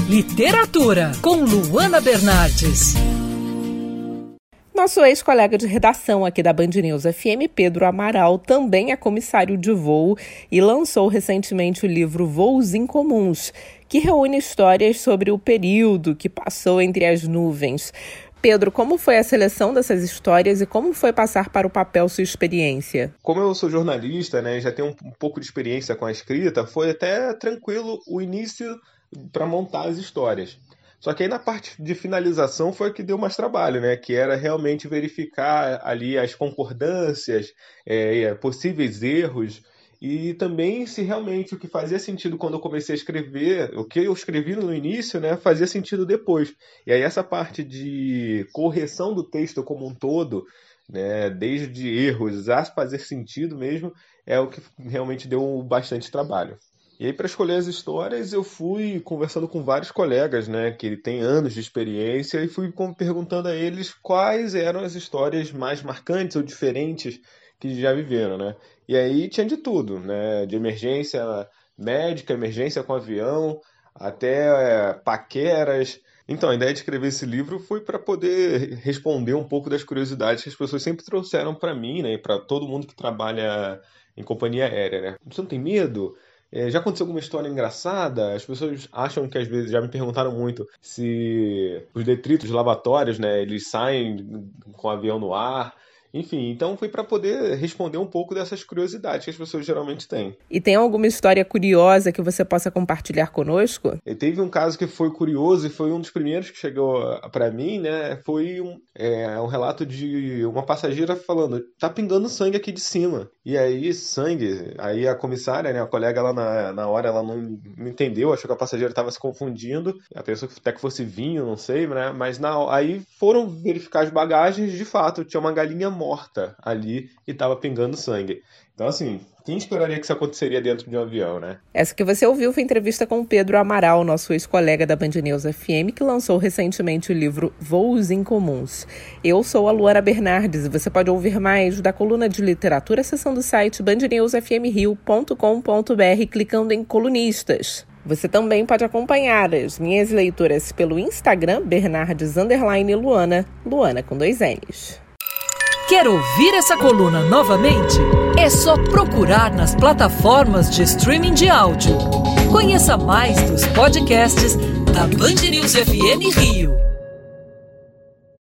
Literatura, com Luana Bernardes. Nosso ex-colega de redação aqui da Band News FM, Pedro Amaral, também é comissário de voo e lançou recentemente o livro Voos Incomuns, que reúne histórias sobre o período que passou entre as nuvens. Pedro, como foi a seleção dessas histórias e como foi passar para o papel sua experiência? Como eu sou jornalista, né, já tenho um pouco de experiência com a escrita, foi até tranquilo o início para montar as histórias. Só que aí na parte de finalização foi que deu mais trabalho, né? Que era realmente verificar ali as concordâncias, possíveis erros, e também se realmente o que fazia sentido quando eu comecei a escrever, o que eu escrevi no início, né, fazia sentido depois. E aí essa parte de correção do texto como um todo, né, desde erros a fazer sentido mesmo, é o que realmente deu bastante trabalho. E aí, para escolher as histórias, eu fui conversando com vários colegas, né, que têm anos de experiência, e fui perguntando a eles quais eram as histórias mais marcantes ou diferentes que já viveram, né? E aí tinha de tudo, né? De emergência médica, emergência com avião, até paqueras. Então, a ideia de escrever esse livro foi para poder responder um pouco das curiosidades que as pessoas sempre trouxeram para mim, né, e para todo mundo que trabalha em companhia aérea, né? Você não tem medo? Já aconteceu alguma história engraçada? As pessoas acham que, às vezes, já me perguntaram muito se os detritos lavatórios, né, eles saem com o avião no ar. Enfim, então foi para poder responder um pouco dessas curiosidades que as pessoas geralmente têm. E tem alguma história curiosa que você possa compartilhar conosco? E teve um caso que foi curioso e foi um dos primeiros que chegou para mim, né? Foi um relato de uma passageira falando: tá pingando sangue aqui de cima. E aí, sangue, aí a comissária, né, a colega lá na hora, ela não entendeu, achou que a passageira estava se confundindo. A pessoa que até que fosse vinho, não sei, né? Mas aí foram verificar as bagagens, de fato, tinha uma galinha morta ali e estava pingando sangue. Então, assim, quem esperaria que isso aconteceria dentro de um avião, né? Essa que você ouviu foi a entrevista com o Pedro Amaral, nosso ex-colega da Band News FM, que lançou recentemente o livro Voos Incomuns. Eu sou a Luana Bernardes e você pode ouvir mais da coluna de literatura acessando o site bandnewsfmrio.com.br clicando em colunistas. Você também pode acompanhar as minhas leituras pelo Instagram, Bernardes_Luana, Luana com 2 N's. Quer ouvir essa coluna novamente? É só procurar nas plataformas de streaming de áudio. Conheça mais dos podcasts da Band News FM Rio.